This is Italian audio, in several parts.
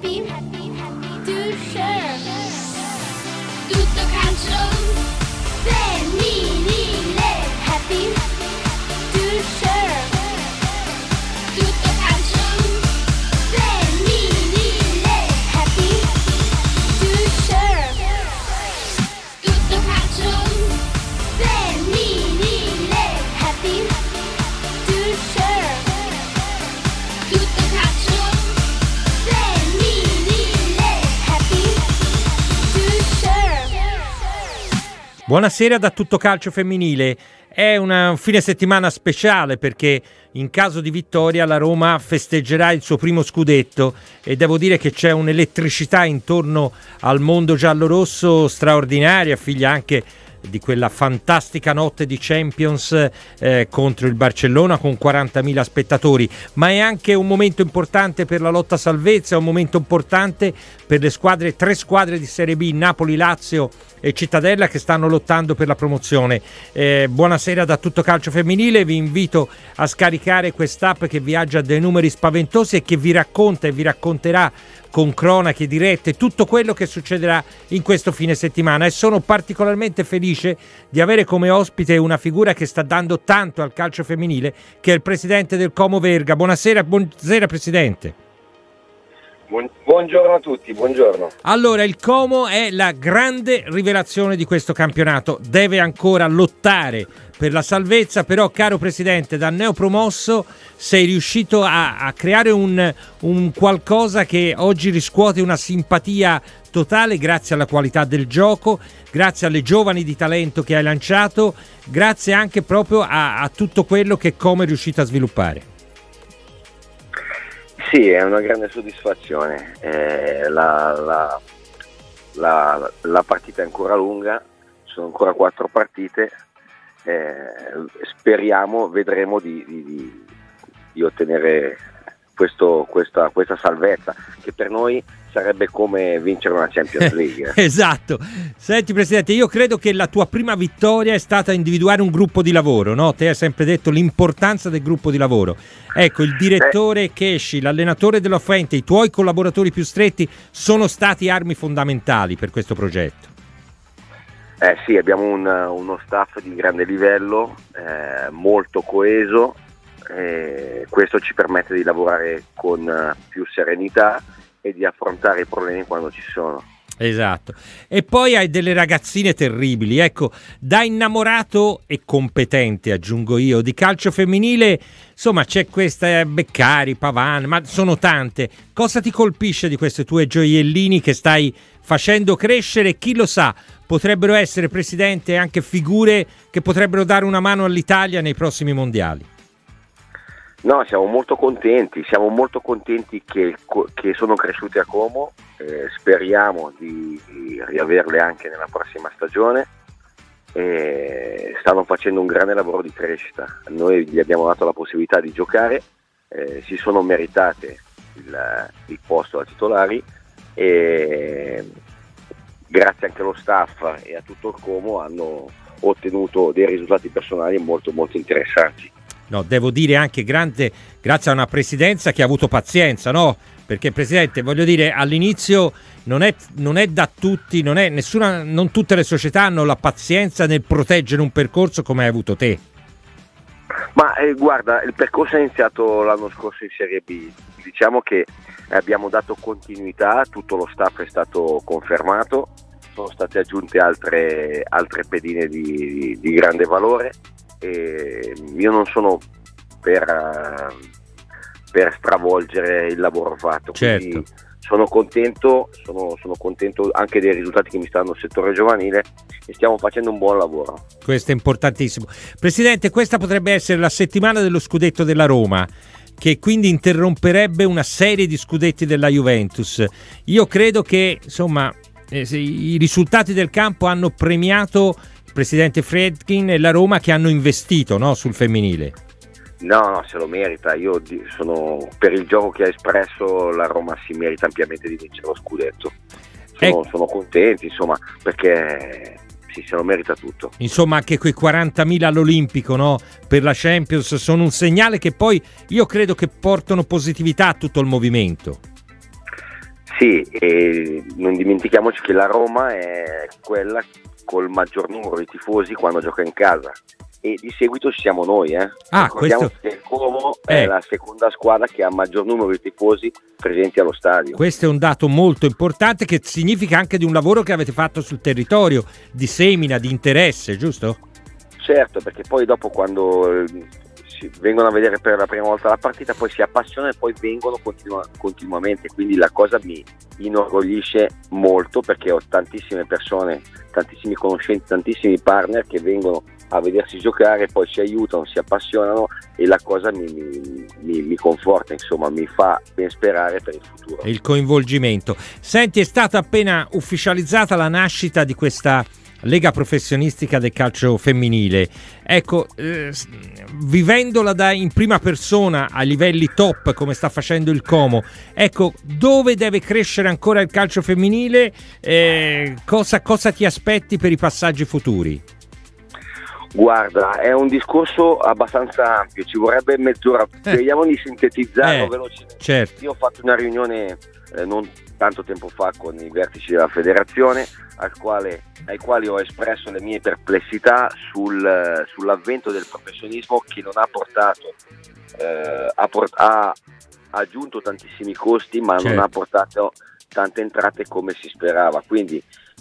happy to share. Tutto calcio femminile, happy to share. Tutto calcio femminile, happy to share. Tutto calcio femminile, happy to share. Tutto calcio femminile, happy to share. Buonasera da Tutto Calcio Femminile. È un fine settimana speciale perché in caso di vittoria la Roma festeggerà il suo primo scudetto e devo dire che c'è un'elettricità intorno al mondo giallorosso straordinaria, figlia anche di quella fantastica notte di Champions contro il Barcellona con 40.000 spettatori, ma è anche un momento importante per la lotta a salvezza, è un momento importante per le tre squadre di Serie B, Napoli, Lazio e Cittadella, che stanno lottando per la promozione. Buonasera da Tutto Calcio Femminile, vi invito a scaricare quest'app che viaggia a dei numeri spaventosi e che vi racconta e vi racconterà con cronache dirette tutto quello che succederà in questo fine settimana, e sono particolarmente felice di avere come ospite una figura che sta dando tanto al calcio femminile, che è il presidente del Como Verga. Buonasera Presidente. Buongiorno a tutti, buongiorno. Allora, il Como è la grande rivelazione di questo campionato, deve ancora lottare per la salvezza, però caro Presidente, da neopromosso sei riuscito a creare un qualcosa che oggi riscuote una simpatia totale grazie alla qualità del gioco, grazie alle giovani di talento che hai lanciato, grazie anche proprio a tutto quello che Como è riuscito a sviluppare. Sì, è una grande soddisfazione. La partita è ancora lunga, sono ancora 4 partite. Speriamo, vedremo di ottenere questa salvezza, che per noi sarebbe come vincere una Champions League. Esatto. Senti Presidente, io credo che la tua prima vittoria è stata individuare un gruppo di lavoro, no? Te hai sempre detto l'importanza del gruppo di lavoro. Ecco, il direttore Chesci, l'allenatore della Fuente, i tuoi collaboratori più stretti sono stati armi fondamentali per questo progetto. Sì, abbiamo uno staff di grande livello, molto coeso, questo ci permette di lavorare con più serenità e di affrontare i problemi quando ci sono. Esatto. E poi hai delle ragazzine terribili, ecco, da innamorato e competente, aggiungo io, di calcio femminile, insomma c'è questa Beccari, Pavan, ma sono tante. Cosa ti colpisce di queste tue gioiellini che stai facendo crescere? Chi lo sa, potrebbero essere, Presidente, anche figure che potrebbero dare una mano all'Italia nei prossimi mondiali. No, siamo molto contenti che sono cresciute a Como, speriamo di riaverle anche nella prossima stagione, stanno facendo un grande lavoro di crescita, noi gli abbiamo dato la possibilità di giocare, si sono meritate il posto da titolari e grazie anche allo staff e a tutto il Como hanno ottenuto dei risultati personali molto molto interessanti. No, devo dire anche grazie a una presidenza che ha avuto pazienza, no? Perché Presidente, voglio dire, all'inizio non è da tutti, non tutte le società hanno la pazienza nel proteggere un percorso come hai avuto te. Ma guarda, il percorso è iniziato l'anno scorso in Serie B, diciamo che abbiamo dato continuità, tutto lo staff è stato confermato, sono state aggiunte altre pedine di grande valore. E io non sono per stravolgere il lavoro fatto, certo. Quindi sono contento anche dei risultati che mi sta dando il settore giovanile e stiamo facendo un buon lavoro. Questo è importantissimo. Presidente, questa potrebbe essere la settimana dello scudetto della Roma, che quindi interromperebbe una serie di scudetti della Juventus. Io credo che insomma i risultati del campo hanno premiato Presidente Friedkin e la Roma, che hanno investito, no, sul femminile. No, se lo merita. Io sono per il gioco che ha espresso, la Roma si merita ampiamente di vincere lo scudetto. Sono contenti, insomma, perché sì, se lo merita tutto. Insomma, anche quei 40.000 all'Olimpico, no, per la Champions sono un segnale che poi io credo che portano positività a tutto il movimento. Sì, e non dimentichiamoci che la Roma è quella col maggior numero di tifosi quando gioca in casa, e di seguito ci siamo noi. Ricordiamo che il Como è la seconda squadra che ha maggior numero di tifosi presenti allo stadio. Questo è un dato molto importante, che significa anche di un lavoro che avete fatto sul territorio, di semina, di interesse, giusto? Certo, perché poi dopo, quando vengono a vedere per la prima volta la partita, poi si appassionano e poi vengono continuamente, quindi la cosa mi inorgoglisce molto, perché ho tantissime persone, tantissimi conoscenti, tantissimi partner che vengono a vedersi giocare, poi si aiutano, si appassionano, e la cosa mi conforta, insomma, mi fa ben sperare per il futuro. Il coinvolgimento. Senti, è stata appena ufficializzata la nascita di questa Lega Professionistica del Calcio Femminile. Ecco, vivendola in prima persona a livelli top, come sta facendo il Como, ecco, dove deve crescere ancora il calcio femminile? Cosa ti aspetti per i passaggi futuri? Guarda, è un discorso abbastanza ampio, ci vorrebbe mezz'ora, vediamo di sintetizzarlo velocemente. Certo. Io ho fatto una riunione non tanto tempo fa con i vertici della federazione, ai quali ho espresso le mie perplessità sull'avvento del professionismo, che non ha portato, ha aggiunto tantissimi costi, ma non ha portato tante entrate come si sperava, quindi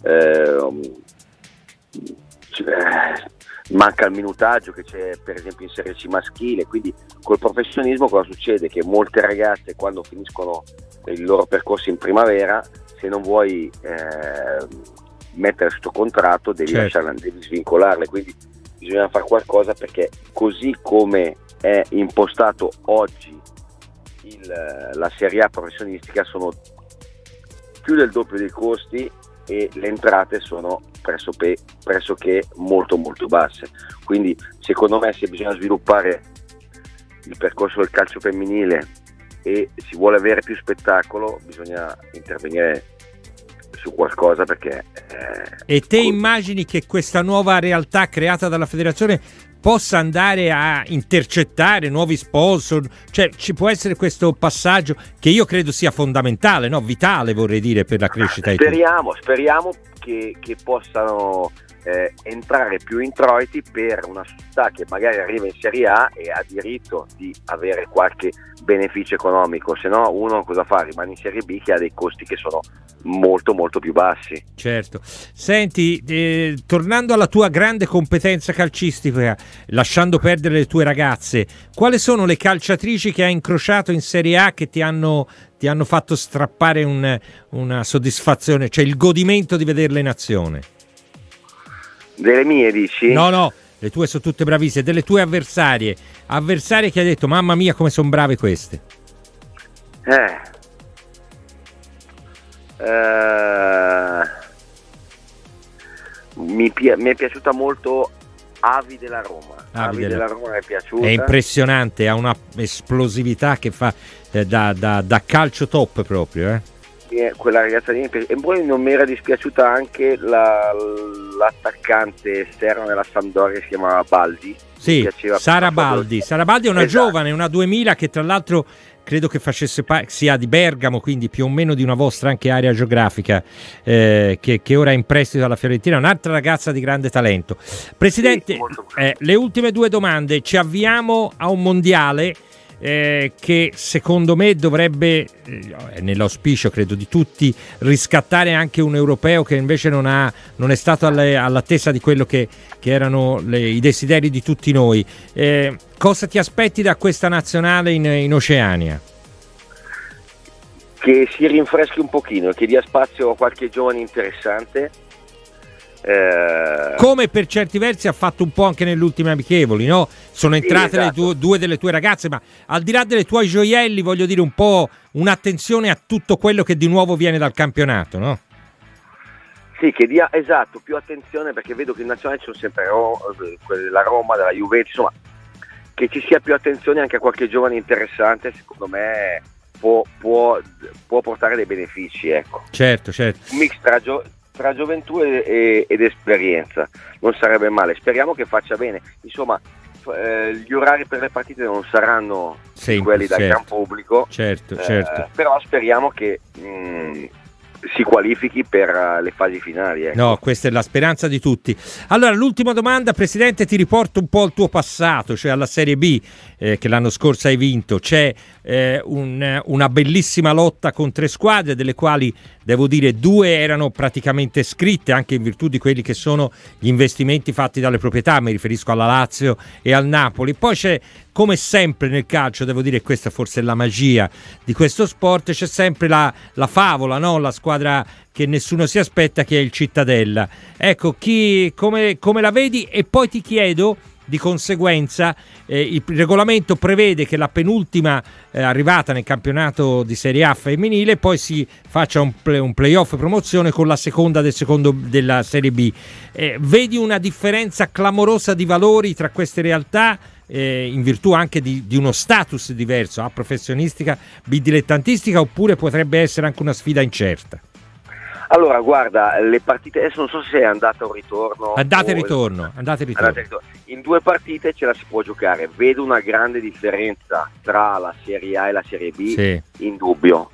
manca il minutaggio che c'è per esempio in Serie C maschile. Quindi col professionismo cosa succede? Che molte ragazze, quando finiscono il loro percorso in primavera, se non vuoi mettere sotto contratto devi lasciarle, devi svincolarle, quindi bisogna fare qualcosa, perché così come è impostato oggi la Serie A professionistica sono più del doppio dei costi e le entrate sono pressoché molto molto basse. Quindi secondo me, se bisogna sviluppare il percorso del calcio femminile e si vuole avere più spettacolo, bisogna intervenire su qualcosa, perché e te immagini che questa nuova realtà creata dalla federazione possa andare a intercettare nuovi sponsor? Cioè, ci può essere questo passaggio che io credo sia fondamentale, no? Vitale, vorrei dire, per la crescita. Speriamo che possano entrare più introiti per una società che magari arriva in Serie A e ha diritto di avere qualche beneficio economico, se no uno cosa fa? Rimane in Serie B, che ha dei costi che sono molto molto più bassi. Certo. Senti, tornando alla tua grande competenza calcistica, lasciando perdere le tue ragazze, quali sono le calciatrici che hai incrociato in Serie A che ti hanno fatto strappare una soddisfazione, cioè il godimento di vederle in azione? Delle mie, dici? No, le tue sono tutte bravissime. Delle tue avversarie che hai detto mamma mia come sono brave queste. Mi è piaciuta molto Avi della Roma. Avi della Roma mi è piaciuta. È impressionante, ha una esplosività che fa da calcio top proprio, Quella ragazza lì, e poi non mi era dispiaciuta anche l'attaccante esterno della Sampdoria, che si chiamava Baldi. Sì, Sara Baldi è una giovane, una 2000, che tra l'altro credo che facesse sia di Bergamo, quindi più o meno di una vostra anche area geografica, che ora è in prestito alla Fiorentina, un'altra ragazza di grande talento. Presidente, le ultime due domande. Ci avviamo a un mondiale che secondo me dovrebbe, nell'auspicio credo di tutti, riscattare anche un europeo che invece non è stato all'attesa di quello che erano i desideri di tutti noi. Cosa ti aspetti da questa nazionale in Oceania? Che si rinfreschi un pochino, che dia spazio a qualche giovane interessante. Come per certi versi ha fatto un po' anche nelle ultime amichevoli, no? Sono entrate esatto. due delle tue ragazze, ma al di là delle tuoi gioielli, voglio dire, un po' un'attenzione a tutto quello che di nuovo viene dal campionato, no? Sì, che dia esatto più attenzione, perché vedo che in nazionale ci sono sempre la Roma, della Juventus, insomma, che ci sia più attenzione anche a qualche giovane interessante, secondo me può portare dei benefici, ecco. Certo. Un mix tra gioventù ed esperienza non sarebbe male, speriamo che faccia bene. Insomma, gli orari per le partite non saranno Sì, quelli da certo. gran pubblico, Certo. però speriamo che si qualifichi per le fasi finali. Ecco. No, questa è la speranza di tutti. Allora, l'ultima domanda, Presidente, ti riporto un po' al tuo passato, cioè alla Serie B, che l'anno scorso hai vinto. C'è una bellissima lotta con 3 squadre, delle quali devo dire 2 erano praticamente scritte, anche in virtù di quelli che sono gli investimenti fatti dalle proprietà, mi riferisco alla Lazio e al Napoli. Poi c'è, come sempre nel calcio, devo dire, questa forse è la magia di questo sport, c'è sempre la favola, no? La squadra che nessuno si aspetta, che è il Cittadella. Ecco, come la vedi? E poi ti chiedo, di conseguenza, il regolamento prevede che la penultima arrivata nel campionato di Serie A femminile poi si faccia un playoff promozione con la seconda della Serie B. Vedi una differenza clamorosa di valori tra queste realtà, in virtù anche di uno status diverso, A professionistica, B dilettantistica, oppure potrebbe essere anche una sfida incerta? Allora, guarda, le partite, adesso non so se è andata o ritorno. Andate e ritorno. In 2 partite ce la si può giocare. Vedo una grande differenza tra la Serie A e la Serie B, Sì. in dubbio.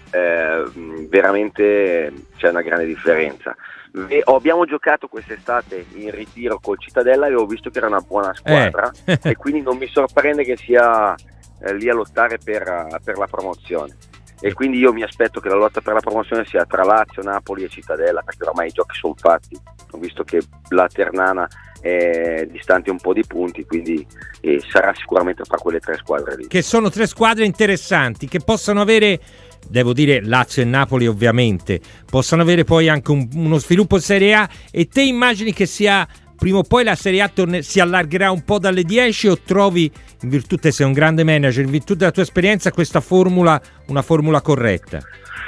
Veramente c'è una grande differenza. Abbiamo giocato quest'estate in ritiro col Cittadella e ho visto che era una buona squadra e quindi non mi sorprende che sia lì a lottare per la promozione. E quindi io mi aspetto che la lotta per la promozione sia tra Lazio, Napoli e Cittadella, perché ormai i giochi sono fatti. Ho visto che la Ternana è distante un po' di punti, quindi sarà sicuramente fra quelle 3 squadre lì. Che sono 3 squadre interessanti, che possono avere, devo dire, Lazio e Napoli ovviamente, possono avere poi anche uno sviluppo Serie A. E te immagini che sia prima o poi la Serie A si allargherà un po' dalle 10, o trovi, in virtù, te sei un grande manager, in virtù della tua esperienza, questa formula una formula corretta?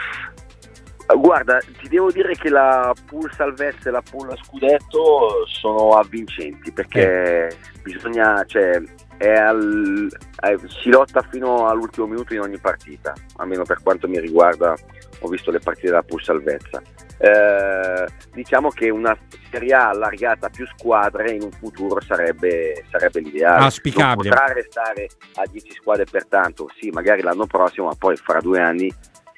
Guarda, ti devo dire che la pool salvezza e la pool scudetto sono avvincenti, perché bisogna, si lotta fino all'ultimo minuto in ogni partita, almeno per quanto mi riguarda. Ho visto le partite della pool salvezza. Diciamo che una Serie A allargata a più squadre in un futuro sarebbe l'ideale. Auspicabile. Non potrà restare a 10 squadre pertanto, sì, magari l'anno prossimo, ma poi fra 2 anni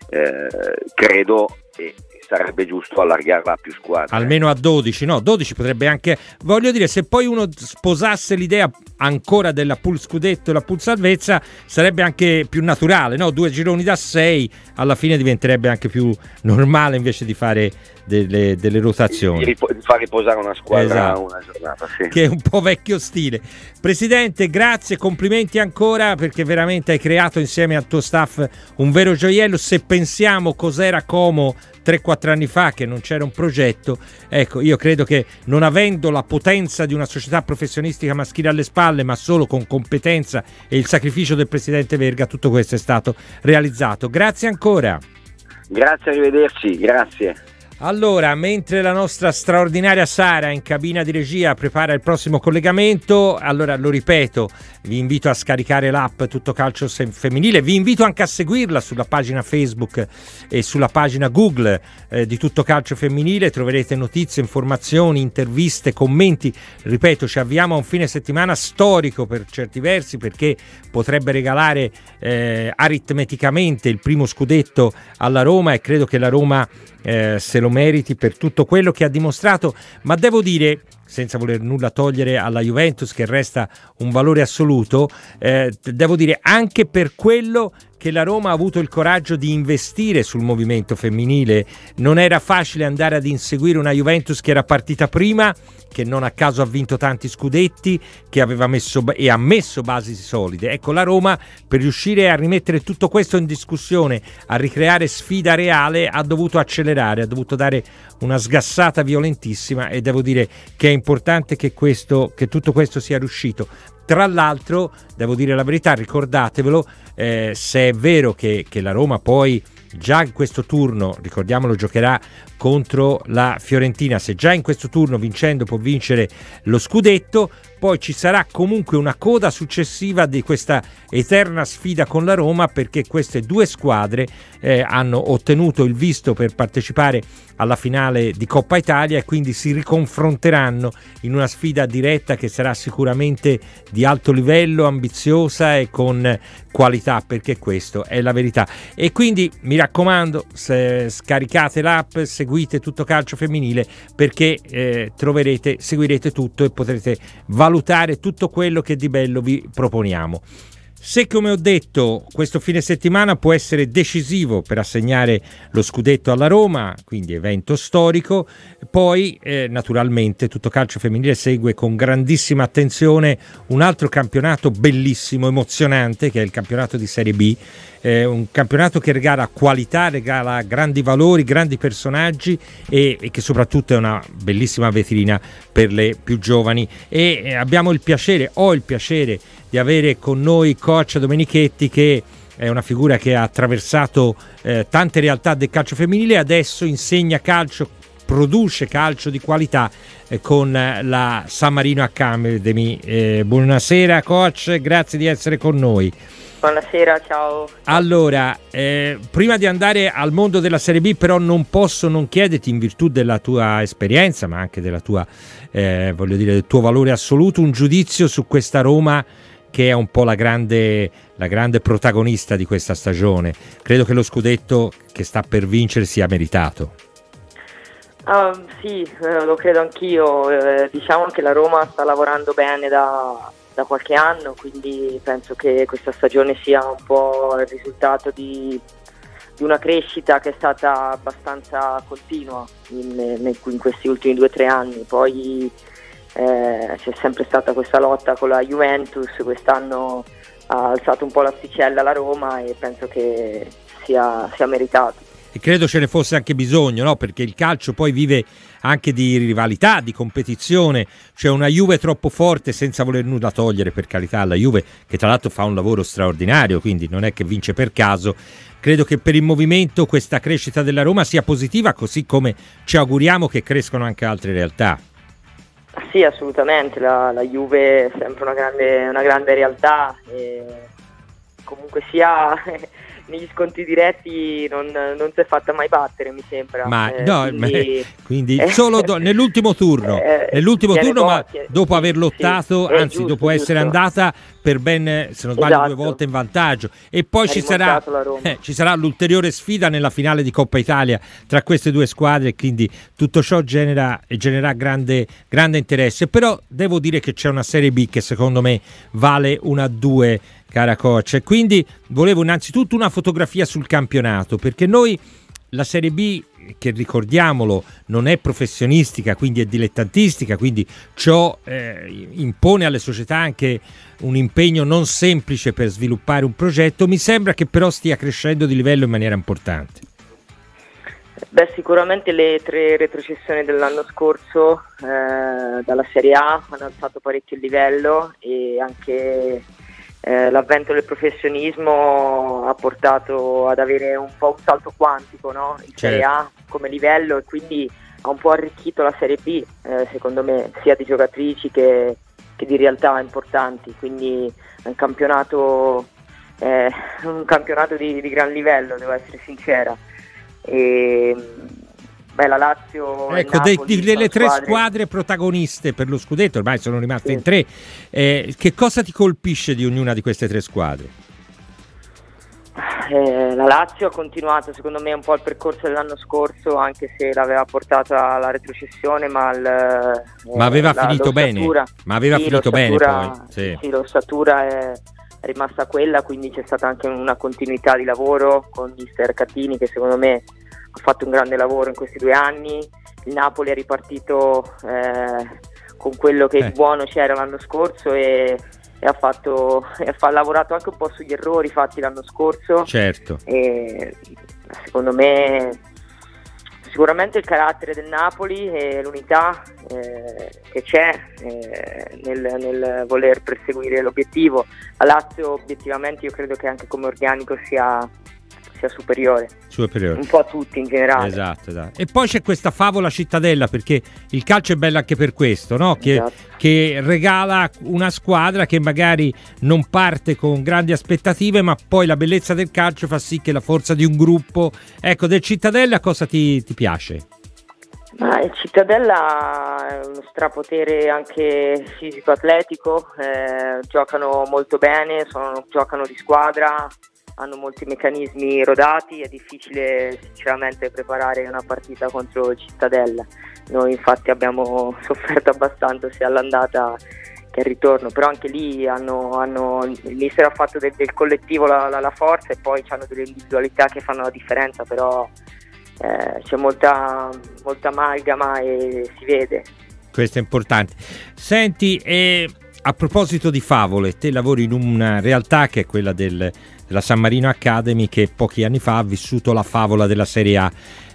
credo sarebbe giusto allargarla a più squadre. Almeno a 12, no? 12 potrebbe anche, voglio dire, se poi uno sposasse l'idea ancora della pool scudetto e la pool salvezza, sarebbe anche più naturale, no? 2 gironi da 6, alla fine diventerebbe anche più normale, invece di fare delle rotazioni. Di far riposare una squadra, esatto, una giornata, sì. Che è un po' vecchio stile. Presidente, grazie, complimenti ancora, perché veramente hai creato insieme al tuo staff un vero gioiello. Se pensiamo cos'era Como 3-4 anni fa, che non c'era un progetto, ecco, io credo che, non avendo la potenza di una società professionistica maschile alle spalle, ma solo con competenza e il sacrificio del presidente Verga, tutto questo è stato realizzato. Grazie ancora. Grazie, arrivederci, grazie. Allora, mentre la nostra straordinaria Sara in cabina di regia prepara il prossimo collegamento, allora lo ripeto, vi invito a scaricare l'app Tutto Calcio Femminile, vi invito anche a seguirla sulla pagina Facebook e sulla pagina Google di Tutto Calcio Femminile. Troverete notizie, informazioni, interviste, commenti. Ripeto, ci avviamo a un fine settimana storico per certi versi, perché potrebbe regalare aritmeticamente il primo scudetto alla Roma, e credo che la Roma se lo meriti per tutto quello che ha dimostrato. Ma devo dire, senza voler nulla togliere alla Juventus, che resta un valore assoluto, devo dire anche per quello che la Roma ha avuto il coraggio di investire sul movimento femminile. Non era facile andare ad inseguire una Juventus che era partita prima, che non a caso ha vinto tanti scudetti, che aveva messo e ha messo basi solide. Ecco, la Roma, per riuscire a rimettere tutto questo in discussione, a ricreare sfida reale, ha dovuto accelerare, ha dovuto dare una sgassata violentissima, e devo dire che è importante che tutto questo sia riuscito. Tra l'altro, devo dire la verità, ricordatevelo, se è vero che la Roma poi già in questo turno, ricordiamolo, giocherà contro la Fiorentina, se già in questo turno vincendo può vincere lo scudetto, poi ci sarà comunque una coda successiva di questa eterna sfida con la Roma, perché queste 2 squadre hanno ottenuto il visto per partecipare alla finale di Coppa Italia, e quindi si riconfronteranno in una sfida diretta che sarà sicuramente di alto livello, ambiziosa e con qualità, perché questo è la verità. E quindi mi raccomando, scaricate l'app, seguite Tutto Calcio Femminile, perché seguirete tutto e potrete valutare tutto quello che di bello vi proponiamo. Se, come ho detto, questo fine settimana può essere decisivo per assegnare lo scudetto alla Roma, quindi evento storico, poi naturalmente Tutto Calcio Femminile segue con grandissima attenzione un altro campionato bellissimo, emozionante, che è il campionato di Serie B, un campionato che regala qualità, regala grandi valori, grandi personaggi e che soprattutto è una bellissima vetrina per le più giovani. E ho il piacere di avere con noi coach Domenichetti, che è una figura che ha attraversato tante realtà del calcio femminile, adesso insegna calcio, produce calcio di qualità con la San Marino Academy. Buonasera coach, grazie di essere con noi. Buonasera, ciao. Allora, prima di andare al mondo della Serie B, però non posso non chiederti, in virtù della tua esperienza, ma anche della tua, del tuo valore assoluto, un giudizio su questa Roma che è un po' la grande protagonista di questa stagione. Credo che lo scudetto che sta per vincere sia meritato. Sì, lo credo anch'io. Diciamo che la Roma sta lavorando bene da qualche anno, quindi penso che questa stagione sia un po' il risultato di una crescita che è stata abbastanza continua in questi ultimi 2 o 3 anni. Poi c'è sempre stata questa lotta con la Juventus, quest'anno ha alzato un po' l'asticella la Roma e penso che sia meritato. E credo ce ne fosse anche bisogno, no? Perché il calcio poi vive anche di rivalità, di competizione. C'è una Juve troppo forte, senza voler nulla togliere, per carità, alla Juve, che tra l'altro fa un lavoro straordinario, quindi non è che vince per caso. Credo che per il movimento questa crescita della Roma sia positiva, così come ci auguriamo che crescano anche altre realtà. Sì, assolutamente, la Juve è sempre una grande realtà e comunque sia negli scontri diretti non si è fatta mai battere, mi sembra. Quindi solo nell'ultimo turno, ma dopo aver lottato, sì, anzi giusto, dopo essere andata per ben, se non sbaglio, esatto, 2 volte in vantaggio. E poi ci sarà l'ulteriore sfida nella finale di Coppa Italia tra queste 2 squadre, quindi tutto ciò genererà grande interesse. Però devo dire che c'è una Serie B che secondo me vale una 2, cara coach, e quindi volevo innanzitutto una fotografia sul campionato, perché noi la Serie B, che ricordiamolo, non è professionistica, quindi è dilettantistica, quindi ciò impone alle società anche un impegno non semplice per sviluppare un progetto. Mi sembra che però stia crescendo di livello in maniera importante. Beh, sicuramente le 3 retrocessioni dell'anno scorso dalla Serie A hanno alzato parecchio il livello, e anche l'avvento del professionismo ha portato ad avere un po' un salto quantico, no? In Serie A come livello, e quindi ha un po' arricchito la Serie B, secondo me, sia di giocatrici che di realtà importanti. Quindi è un campionato di gran livello, devo essere sincera. La Lazio, ecco, Napoli, delle 3 squadre protagoniste per lo scudetto, ormai sono rimaste in 3. Che cosa ti colpisce di ognuna di queste 3 squadre? La Lazio ha continuato, secondo me, un po' il percorso dell'anno scorso, anche se l'aveva portato alla retrocessione, ma aveva finito bene. Ma aveva finito bene poi. Sì, l'ossatura è rimasta quella, quindi c'è stata anche una continuità di lavoro con mister Cattini, che secondo me ha fatto un grande lavoro in questi 2 anni. Il Napoli è ripartito con quello che di buono c'era l'anno scorso e ha lavorato anche un po' sugli errori fatti l'anno scorso. Certo. E secondo me sicuramente il carattere del Napoli e l'unità che c'è nel voler perseguire l'obiettivo. La Lazio, obiettivamente, io credo che anche come organico sia superiore un po' a tutti in generale. Esatto. E poi c'è questa favola cittadella, perché il calcio è bello anche per questo, no? Che regala una squadra che magari non parte con grandi aspettative, ma poi la bellezza del calcio fa sì che la forza di un gruppo. Ecco, del Cittadella cosa ti piace? Ma il Cittadella è uno strapotere anche fisico-atletico, giocano molto bene, giocano di squadra, hanno molti meccanismi rodati, è difficile sinceramente preparare una partita contro il Cittadella. Noi infatti abbiamo sofferto abbastanza sia all'andata che al ritorno, però anche lì il mister ha fatto del collettivo la forza, e poi hanno delle individualità che fanno la differenza, però c'è molta amalgama e si vede. Questo è importante. Senti, a proposito di favole, te lavori in una realtà che è quella della San Marino Academy, che pochi anni fa ha vissuto la favola della Serie A.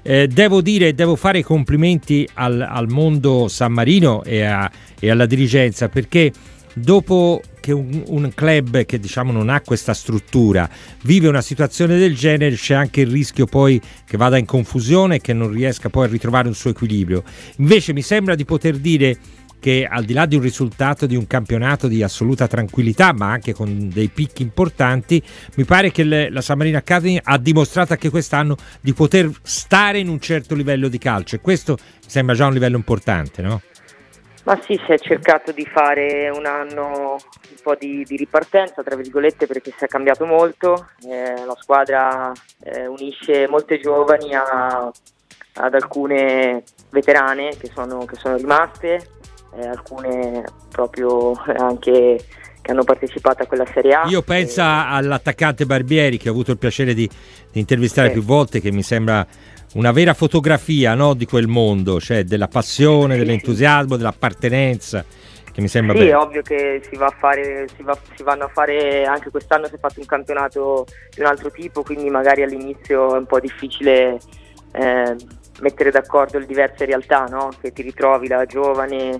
Devo fare i complimenti al mondo San Marino e alla dirigenza, perché dopo che un club che diciamo non ha questa struttura vive una situazione del genere, c'è anche il rischio poi che vada in confusione e che non riesca poi a ritrovare un suo equilibrio. Invece mi sembra di poter dire che, al di là di un risultato di un campionato di assoluta tranquillità, ma anche con dei picchi importanti, mi pare che la San Marino Academy ha dimostrato anche quest'anno di poter stare in un certo livello di calcio, e questo sembra già un livello importante, no? Ma sì, si è cercato di fare un anno un po' di ripartenza, tra virgolette, perché si è cambiato molto. La squadra unisce molte giovani ad alcune veterane che sono rimaste, alcune proprio anche che hanno partecipato a quella Serie A. Io penso all'attaccante Barbieri, che ho avuto il piacere di intervistare più volte, che mi sembra una vera fotografia, no, di quel mondo, cioè della passione, dell'entusiasmo, dell'appartenenza, che mi sembra Sì, bello. è ovvio che si vanno a fare, anche quest'anno si è fatto un campionato di un altro tipo, quindi magari all'inizio è un po' difficile mettere d'accordo le diverse realtà, no? Che ti ritrovi la giovane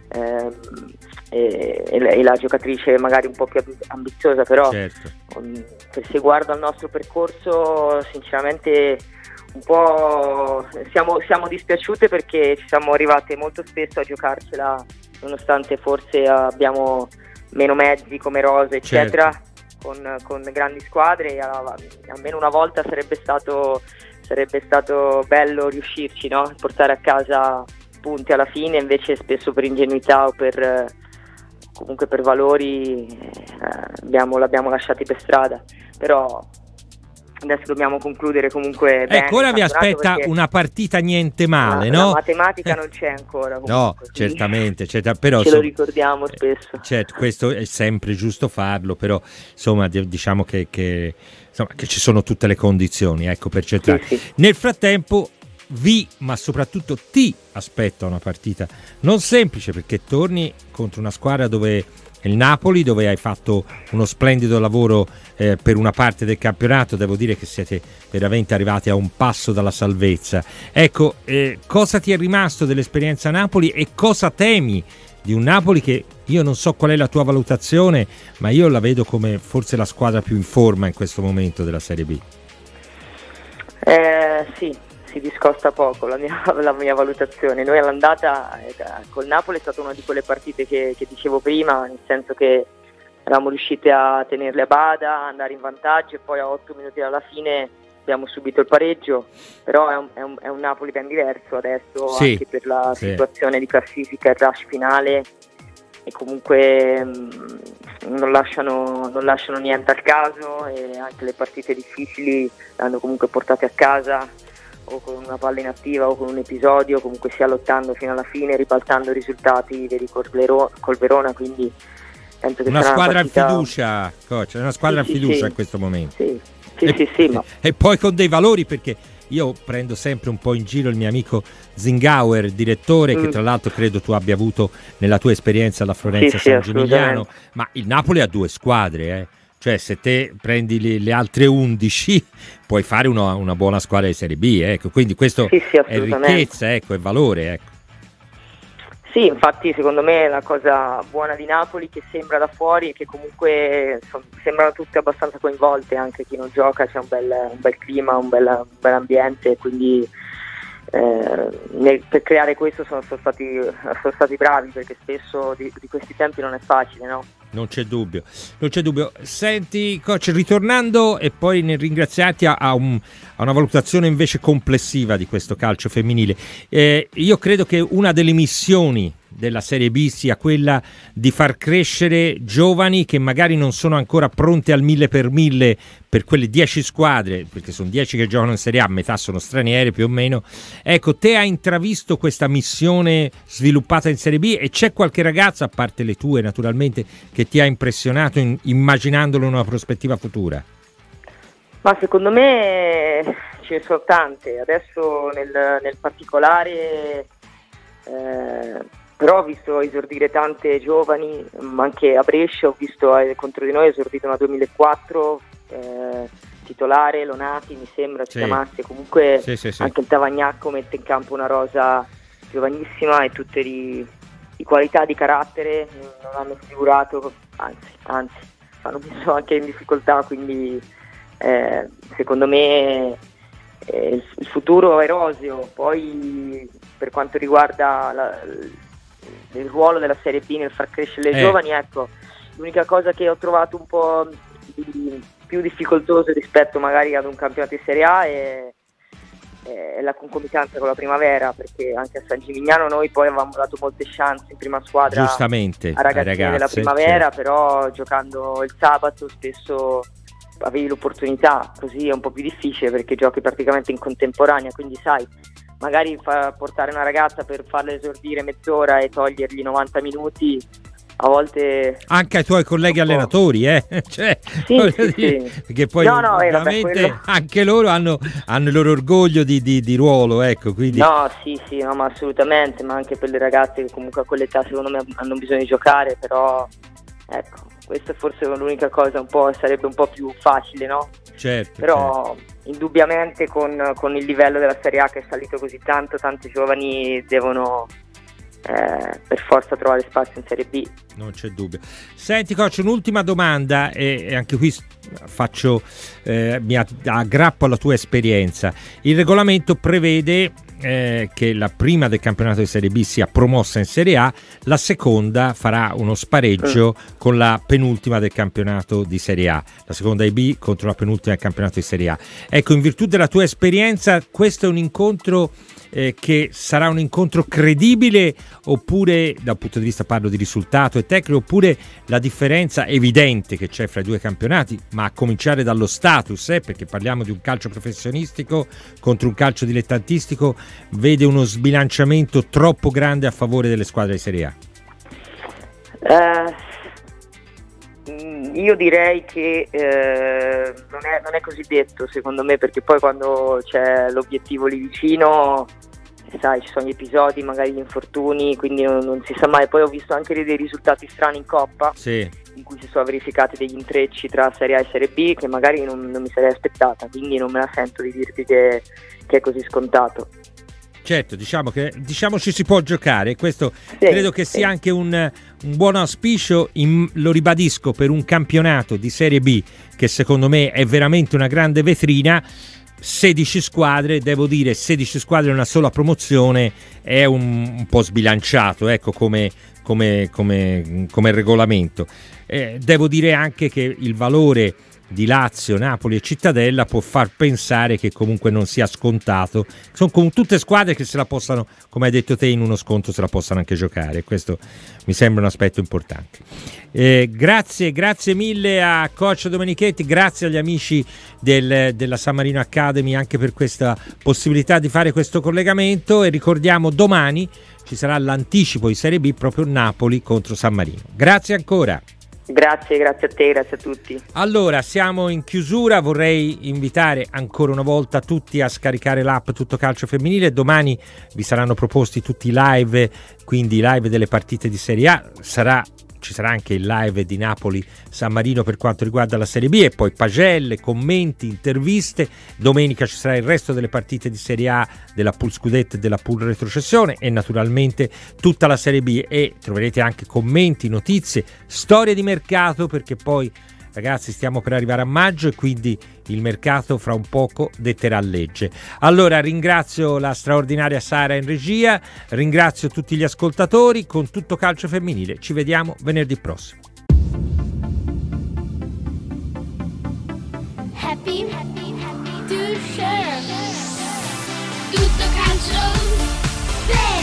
e la giocatrice magari un po' più ambiziosa, però Certo. Se guardo al nostro percorso, sinceramente un po' siamo dispiaciute, perché ci siamo arrivate molto spesso a giocarcela, nonostante forse abbiamo meno mezzi come rose eccetera, con grandi squadre. Almeno una volta sarebbe stato bello riuscirci, no? Portare a casa punti alla fine, invece spesso per ingenuità o comunque per valori l'abbiamo lasciati per strada. Però adesso dobbiamo concludere comunque bene. Ecco, ora vi aspetta una partita niente male, no? La matematica non c'è ancora comunque, No, quindi certamente, però ce lo ricordiamo spesso. Certo, questo è sempre giusto farlo, però insomma diciamo che ci sono tutte le condizioni, ecco, per cercare. Sì. Nel frattempo ma soprattutto ti aspetta una partita non semplice, perché torni contro una squadra il Napoli, dove hai fatto uno splendido lavoro per una parte del campionato. Devo dire che siete veramente arrivati a un passo dalla salvezza. Ecco, cosa ti è rimasto dell'esperienza Napoli e cosa temi di un Napoli che io non so qual è la tua valutazione, ma io la vedo come forse la squadra più in forma in questo momento della Serie B? Sì, si discosta poco la mia valutazione. Noi all'andata col Napoli è stata una di quelle partite che dicevo prima, nel senso che eravamo riusciti a tenerle a bada, andare in vantaggio, e poi a 8 minuti dalla fine abbiamo subito il pareggio. Però è un Napoli ben diverso adesso, sì, anche per la situazione di classifica, il rush finale, e comunque non lasciano niente al caso, e anche le partite difficili le hanno comunque portate a casa, o con una palla inattiva o con un episodio, comunque sia lottando fino alla fine, ribaltando i risultati, vedi col Verona, quindi penso che una sarà squadra una partita... in fiducia, coach, è una squadra in fiducia in questo momento. Sì, ma... E poi con dei valori, perché io prendo sempre un po' in giro il mio amico Zingauer, direttore, che tra l'altro credo tu abbia avuto nella tua esperienza alla Florenza San Gimignano, ma il Napoli ha due squadre, cioè se te prendi le altre 11 puoi fare una buona squadra di Serie B, ecco. Quindi questo è ricchezza, ecco, è valore, ecco. Sì, infatti secondo me la cosa buona di Napoli, che sembra da fuori, è che comunque sembrano tutte abbastanza coinvolte, anche chi non gioca, c'è un bel clima, un bel ambiente, quindi per creare questo sono stati bravi, perché spesso di questi tempi non è facile, no? Non c'è dubbio. Senti, coach, ritornando e poi nel ringraziarti a una valutazione invece complessiva di questo calcio femminile, io credo che una delle missioni della Serie B sia quella di far crescere giovani che magari non sono ancora pronte al 1000 per quelle 10 squadre, perché sono 10 che giocano in Serie A, metà sono straniere più o meno. Ecco, te hai intravisto questa missione sviluppata in Serie B, e c'è qualche ragazza, a parte le tue naturalmente, che ti ha impressionato immaginandolo in una prospettiva futura? Ma secondo me ce ne sono tante. Adesso nel particolare però ho visto esordire tante giovani, anche a Brescia ho visto contro di noi esordito una 2004 titolare, Lonati mi sembra si chiamasse, comunque sì. Anche il Tavagnacco mette in campo una rosa giovanissima e tutte di qualità, di carattere, non hanno figurato, anzi hanno messo anche in difficoltà, quindi secondo me il futuro è roseo. Poi per quanto riguarda il ruolo della Serie B nel far crescere le giovani, ecco, l'unica cosa che ho trovato un po' più difficoltoso rispetto magari ad un campionato di Serie A è la concomitanza con la primavera, perché anche a San Gimignano noi poi avevamo dato molte chance in prima squadra giustamente a ragazzine della primavera, certo. Però giocando il sabato spesso avevi l'opportunità, così è un po' più difficile perché giochi praticamente in contemporanea, quindi sai, magari portare una ragazza per farla esordire mezz'ora e togliergli 90 minuti a volte anche ai tuoi colleghi allenatori, cioè, sì. Perché poi ovviamente anche loro hanno il loro orgoglio di ruolo, ecco, quindi sì, ma assolutamente, ma anche per le ragazze che comunque a quell'età secondo me hanno bisogno di giocare, però ecco, questa è forse l'unica cosa sarebbe un po' più facile, no? Certo. Però indubbiamente con il livello della Serie A che è salito così tanto, tanti giovani devono per forza trovare spazio in Serie B. Non c'è dubbio. Senti coach, un'ultima domanda e anche qui mi aggrappo alla tua esperienza. Il regolamento prevede che la prima del campionato di Serie B sia promossa in Serie A, la seconda farà uno spareggio con la penultima del campionato di Serie A, la seconda B contro la penultima del campionato di Serie A. Ecco, in virtù della tua esperienza, questo è un incontro che sarà un incontro credibile, oppure dal punto di vista, parlo di risultato e tecnico, oppure la differenza evidente che c'è fra i due campionati, ma a cominciare dallo status, perché parliamo di un calcio professionistico contro un calcio dilettantistico, vede uno sbilanciamento troppo grande a favore delle squadre di Serie A? Io direi che non è così detto, secondo me, perché poi quando c'è l'obiettivo lì vicino, sai, ci sono gli episodi, magari gli infortuni, quindi non si sa mai. Poi ho visto anche dei risultati strani in Coppa, in cui si sono verificati degli intrecci tra Serie A e Serie B che magari non mi sarei aspettata, quindi non me la sento di dirti che è così scontato. Certo, diciamo ci si può giocare, questo credo che sia anche un buon auspicio, lo ribadisco, per un campionato di Serie B che secondo me è veramente una grande vetrina. 16 squadre, devo dire, 16 squadre in una sola promozione è un po' sbilanciato, ecco, come regolamento. Devo dire anche che il valore di Lazio, Napoli e Cittadella può far pensare che comunque non sia scontato. Sono con tutte squadre che se la possano, come hai detto te, in uno scontro se la possano anche giocare. Questo mi sembra un aspetto importante. Grazie mille a coach Domenichetti, grazie agli amici della San Marino Academy anche per questa possibilità di fare questo collegamento, e ricordiamo domani ci sarà l'anticipo di Serie B, proprio Napoli contro San Marino. Grazie ancora. Grazie a te, grazie a tutti. Allora, siamo in chiusura, vorrei invitare ancora una volta tutti a scaricare l'app Tutto Calcio Femminile. Domani vi saranno proposti tutti i live, quindi i live delle partite di Serie A, ci sarà anche il live di Napoli-San Marino per quanto riguarda la Serie B, e poi pagelle, commenti, interviste. Domenica ci sarà il resto delle partite di Serie A, della Pool Scudetto e della Pool Retrocessione, e naturalmente tutta la Serie B, e troverete anche commenti, notizie, storie di mercato, perché poi ragazzi stiamo per arrivare a maggio e quindi il mercato fra un poco detterà legge. Allora ringrazio la straordinaria Sara in regia, ringrazio tutti gli ascoltatori. Con Tutto Calcio Femminile ci vediamo venerdì prossimo. Happy to share. Tutto calcio. Play.